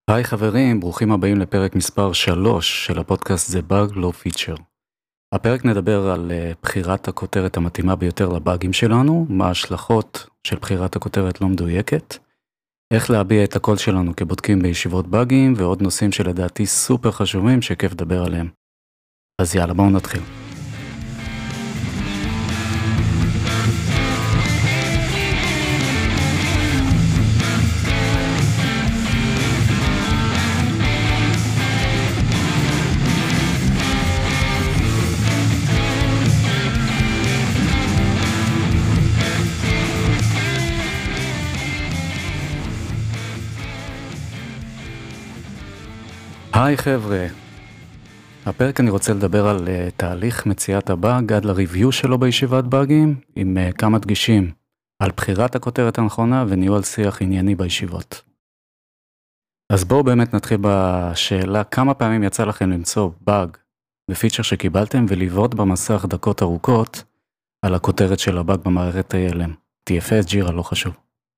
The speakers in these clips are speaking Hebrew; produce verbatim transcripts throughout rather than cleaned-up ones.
היי חברים, ברוכים הבאים לפרק מספר שלוש של הפודקאסט זה באג לא פיצ'ר. הפרק נדבר על uh, בחירת הכותרת המתאימה ביותר לבאגים שלנו, מה ההשלכות של בחירת הכותרת לא מדויקת, איך להביע את הקול שלנו כבודקים בישיבות באגים, ועוד נושאים שלדעתי סופר חשובים שכיף לדבר עליהם. אז יאללה, בואו נתחיל. היי חבר'ה, הפרק אני רוצה לדבר על uh, תהליך מציאת הבאג עד לריוויו שלו בישיבת באגים, עם uh, כמה דגישים על בחירת הכותרת הנכונה וניהול שיח ענייני בישיבות. אז בואו באמת נתחיל בשאלה כמה פעמים יצא לכם למצוא באג בפיצ'ר שקיבלתם ולבעוט במסך דקות ארוכות על הכותרת של הבאג במערכת איי אל אם, טי אף אס, ג'ירה, לא חשוב.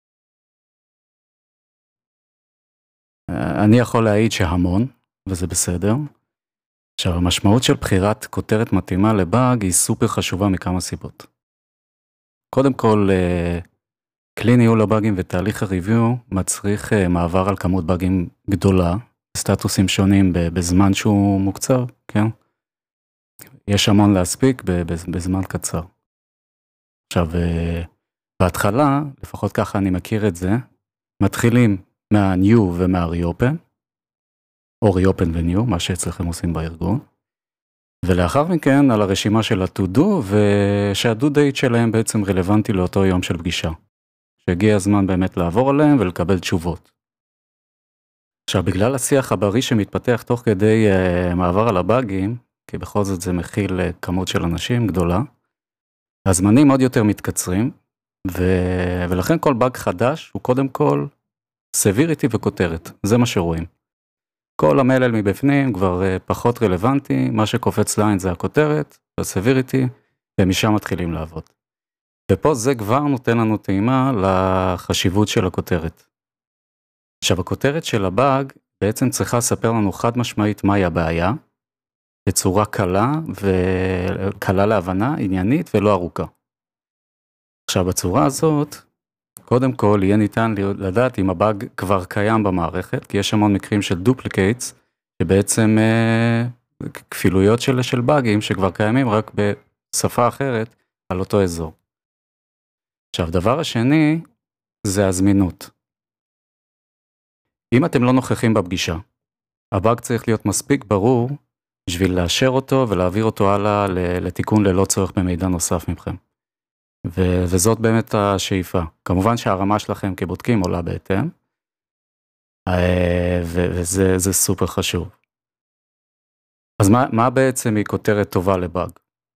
אני יכול להעיד שהמון, וזה בסדר. עכשיו, המשמעות של בחירת כותרת מתאימה לבאג היא סופר חשובה מכמה סיבות. קודם כל, כלי ניהול הבאגים ותהליך הריוויו מצריך מעבר על כמות באגים גדולה, סטטוסים שונים בזמן שהוא מוקצר, כן? יש המון להספיק בזמן קצר. עכשיו, בהתחלה, לפחות ככה אני מכיר את זה, מתחילים מה-new ומה-reopen, או reopen ו-new, מה שאצלכם עושים בארגון, ולאחר מכן על הרשימה של ה-to-do, שה-do date שלהם בעצם רלוונטי לאותו יום של פגישה, שהגיע הזמן באמת לעבור עליהם ולקבל תשובות. עכשיו, בגלל השיח הבריא שמתפתח תוך כדי uh, מעבר על הבאגים, כי בכל זאת זה מכיל uh, כמות של אנשים גדולה, הזמנים עוד יותר מתקצרים, ו... ולכן כל באג חדש הוא קודם כל סביריטי וכותרת, זה מה שרואים. כל המלל מבפנים כבר uh, פחות רלוונטי, מה שקופץ ליין זה הכותרת, הסביריטי, ומשם מתחילים לעבוד. ופה זה כבר נותן לנו טעימה לחשיבות של הכותרת. עכשיו, הכותרת של הבאג בעצם צריכה לספר לנו חד משמעית מהי הבעיה, בצורה קלה וקלה להבנה, עניינית ולא ארוכה. עכשיו, בצורה הזאת, קודם כל יהיה ניתן לדעת אם הבאג כבר קיים במערכת, כי יש המון מקרים של דופליקייטס, שבעצם אה, כפילויות של, של באגים שכבר קיימים רק בשפה אחרת על אותו אזור. עכשיו, דבר השני זה הזמינות. אם אתם לא נוכחים בפגישה, הבאג צריך להיות מספיק ברור בשביל לאשר אותו ולהעביר אותו הלאה לתיקון ללא צורך במידע נוסף מכם. ו- וזאת באמת השאיפה. כמובן שהרמה שלכם כבודקים עולה בהתאם, ו- וזה זה סופר חשוב. אז מה, מה בעצם היא כותרת טובה לבאג?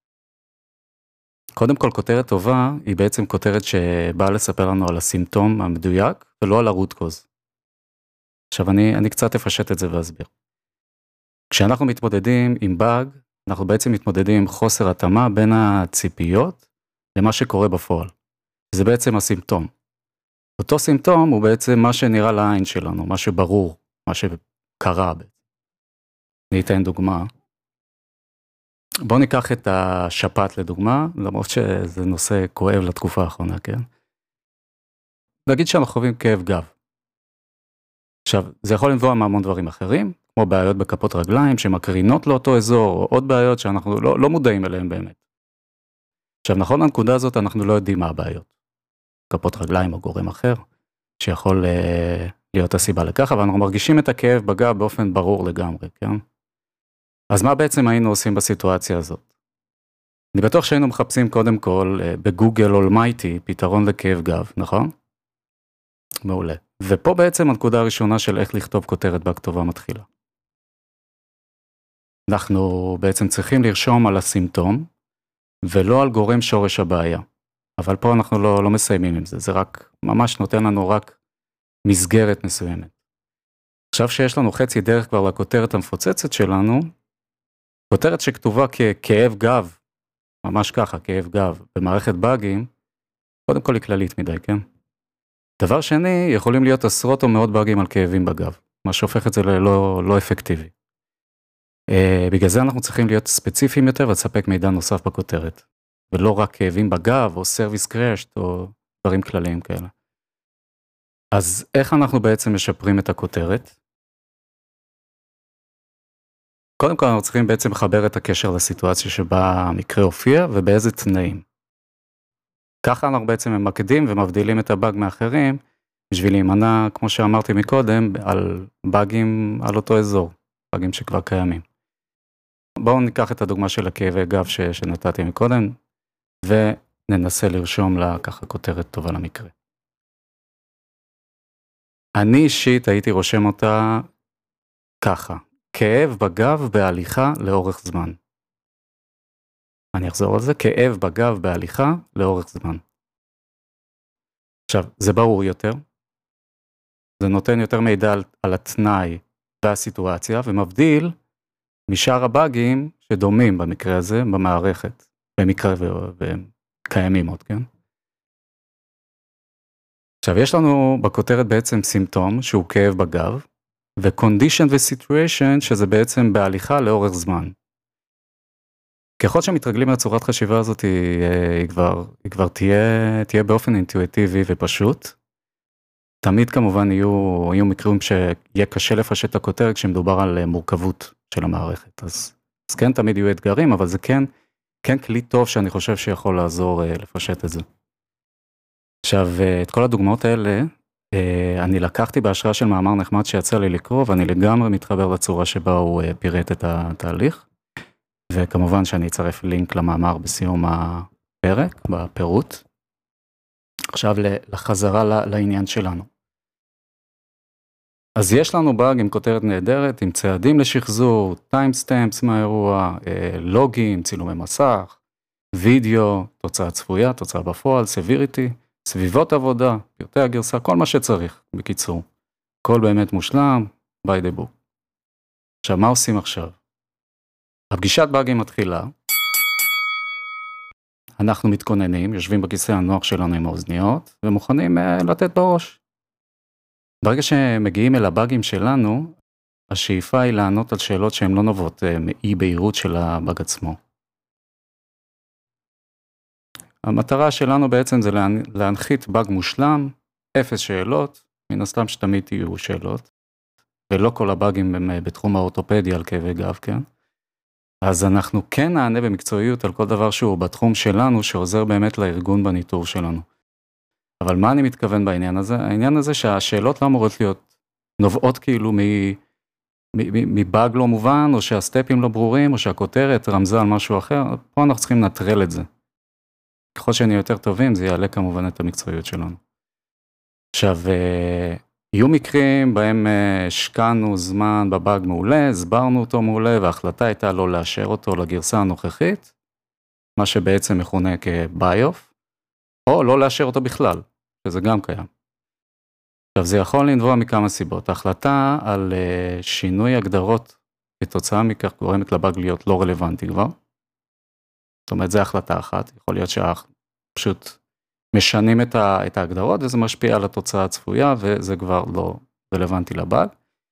קודם כל, כותרת טובה היא בעצם כותרת שבאה לספר לנו על הסימפטום המדויק, ולא על הרוט קוז. עכשיו, אני, אני קצת אפשט את זה ואסביר. כשאנחנו מתמודדים עם באג, אנחנו בעצם מתמודדים עם חוסר התאמה בין הציפיות, למה שקורה בפועל. זה בעצם הסימפטום. אותו סימפטום הוא בעצם מה שנראה לעין שלנו, מה שברור, מה שקרה. אני אתן דוגמה. בואו ניקח את השפעת לדוגמה, למרות שזה נושא כואב לתקופה האחרונה, כן? נגיד שאנחנו חווים כאב גב. עכשיו, זה יכול לנבוע מהמון דברים אחרים, כמו בעיות בכפות רגליים שמקרינות לאותו אזור, או עוד בעיות שאנחנו לא, לא מודעים אליהם באמת. עכשיו, נכון, לנקודה הזאת אנחנו לא יודעים מה הבעיות. כפות רגליים או גורם אחר, שיכול אה, להיות הסיבה לכך, אבל אנחנו מרגישים את הכאב בגב באופן ברור לגמרי, כן? אז מה בעצם היינו עושים בסיטואציה הזאת? אני בטוח שהיינו מחפשים קודם כל אה, בגוגל אולמייטי פתרון לכאב גב, נכון? מעולה. ופה בעצם הנקודה הראשונה של איך לכתוב כותרת באג טובה מתחילה. אנחנו בעצם צריכים לרשום על הסימפטום, ולא על גורם שורש הבעיה. אבל פה אנחנו לא, לא מסיימים עם זה, זה רק, ממש נותן לנו רק מסגרת מסוימת. עכשיו שיש לנו חצי דרך כבר לכותרת המפוצצת שלנו, כותרת שכתובה ככאב גב, ממש ככה, כאב גב, במערכת באגים, קודם כל היא כללית מדי, כן? דבר שני, יכולים להיות עשרות או מאות באגים על כאבים בגב. מה שהופך את זה ללא לא אפקטיבי. Uh, בגלל זה אנחנו צריכים להיות ספציפיים יותר ולספק מידע נוסף בכותרת, ולא רק כאבים בגב או סרוויס קרשט או דברים כלליים כאלה. אז איך אנחנו בעצם משפרים את הכותרת? קודם כל אנחנו צריכים בעצם לחבר את הקשר לסיטואציה שבה המקרה הופיע ובאיזה תנאים. ככה אנחנו בעצם ממקדים ומבדילים את הבאג מאחרים, בשביל להימנע, כמו שאמרתי מקודם, על באגים על אותו אזור, באגים שכבר קיימים. בואו ניקח את הדוגמה של הכאבי גב ש, שנתתי מקודם, וננסה לרשום לה ככה כותרת טובה למקרה. אני אישית הייתי רושם אותה ככה, כאב בגב בהליכה לאורך זמן. אני אחזור על זה, כאב בגב בהליכה לאורך זמן. עכשיו, זה ברור יותר, זה נותן יותר מידע על, על התנאי והסיטואציה, ומבדיל משאר הבאגים שדומים במקרה הזה במערכת, במקרה והם קיימים עוד, כן? עכשיו, יש לנו בכותרת בעצם סימפטום שהוא כאב בגב, ו-condition ו-situation שזה בעצם בהליכה לאורך זמן. ככל שמתרגלים לצורת חשיבה הזאת, היא, היא כבר, היא כבר תהיה, תהיה באופן אינטואיטיבי ופשוט. תמיד כמובן יהיו, יהיו מקרים שיהיה קשה לפשט את הכותרת כשמדובר על מורכבות של המערכת. אז, אז כן, תמיד יהיו אתגרים, אבל זה כן, כן כלי טוב שאני חושב שיכול לעזור לפשט את זה. עכשיו, את כל הדוגמאות האלה, אני לקחתי בהשראה של מאמר נחמד שיצא לי לקרוא, ואני לגמרי מתחבר לצורה שבה הוא פירט את התהליך. וכמובן שאני אצרף לינק למאמר בסיום הפרק, בפירוט. עכשיו לחזרה לעניין שלנו. אז יש לנו באג עם כותרת נהדרת, עם צעדים לשחזור, טיימסטמפס מהאירוע, לוגים, צילומי מסך, וידאו, תוצאה צפויה, תוצאה בפועל, סביריטי, סביבות עבודה, פרטי הגרסה, כל מה שצריך, בקיצור. הכל באמת מושלם, by the book. עכשיו, מה עושים עכשיו? הפגישת באגים מתחילה, אנחנו מתכוננים, יושבים בכיסא הנוח שלנו עם האוזניות, ומוכנים uh, לתת בראש. ברגע שמגיעים אל הבאגים שלנו, השאיפה היא לענות על שאלות שהן לא נובעות uh, מאי בהירות של הבאג עצמו. המטרה שלנו בעצם זה להנחית באג מושלם, אפס שאלות, מן הסתם שתמיד יהיו שאלות, ולא כל הבאגים הם בתחום האורתופדיה על כאבי גב, כן? אז אנחנו כן נענה במקצועיות על כל דבר שהוא בתחום שלנו, שעוזר באמת לארגון בניטור שלנו. אבל מה אני מתכוון בעניין הזה? העניין הזה שהשאלות לא אמורות להיות נובעות כאילו מבאג לא מובן, או שהסטפים לא ברורים, או שהכותרת רמזה על משהו אחר. פה אנחנו צריכים לנטרל את זה. ככל שנהיה יותר טובים, זה יעלה כמובן את המקצועיות שלנו. עכשיו, יהיו מקרים בהם השקענו זמן בבאג מעולה, הסברנו אותו מעולה, וההחלטה הייתה לא לאשר אותו לגרסה הנוכחית, מה שבעצם מכונה כביי-אוף, או לא לאשר אותו בכלל, שזה גם קיים. עכשיו, זה יכול לנבוע מכמה סיבות. ההחלטה על שינוי הגדרות כתוצאה מכך גורמת לבאג להיות לא רלוונטי כבר. זאת אומרת, זו החלטה אחת. יכול להיות שפשוט משנים את, ה, את ההגדרות, וזה משפיע על התוצאה הצפויה, וזה כבר לא רלוונטי לבאג.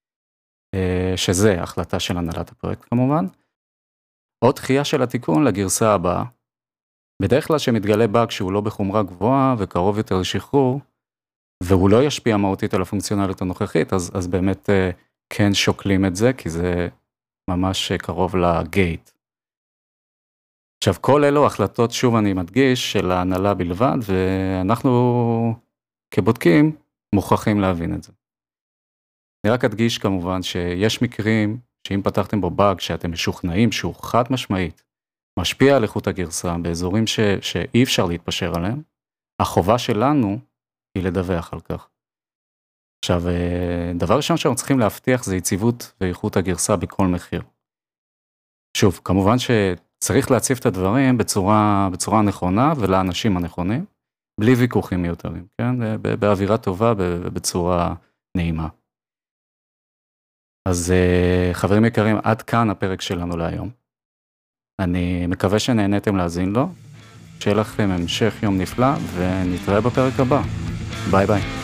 שזה החלטה של הנהלת הפרויקט כמובן. או דחייה של התיקון לגרסה הבאה. בדרך כלל שמתגלה באג שהוא לא בחומרה גבוהה וקרוב יותר לשחרור, והוא לא ישפיע מהותית על הפונקציונליות הנוכחית, אז, אז באמת כן שוקלים את זה, כי זה ממש קרוב לגייט. עכשיו, כל אלו החלטות, שוב אני מדגיש, של ההנהלה בלבד, ואנחנו כבודקים מוכרחים להבין את זה. אני רק אדגיש כמובן שיש מקרים שאם פתחתם בו באג שאתם משוכנעים שהוא חד משמעית, משפיע על איכות הגרסה באזורים ש, שאי אפשר להתפשר עליהם, החובה שלנו היא לדווח על כך. עכשיו, דבר ראשון שאנחנו צריכים להבטיח זה יציבות ואיכות הגרסה בכל מחיר. שוב, כמובן שצריך להציף את הדברים בצורה, בצורה נכונה ולאנשים הנכונים, בלי ויכוחים מיותרים, כן? באווירה טובה ובצורה נעימה. אז חברים יקרים, עד כאן הפרק שלנו להיום. אני מקווה שנהניתם להאזין לו, שיהיה לכם המשך יום נפלא, ונתראה בפרק הבא. ביי ביי.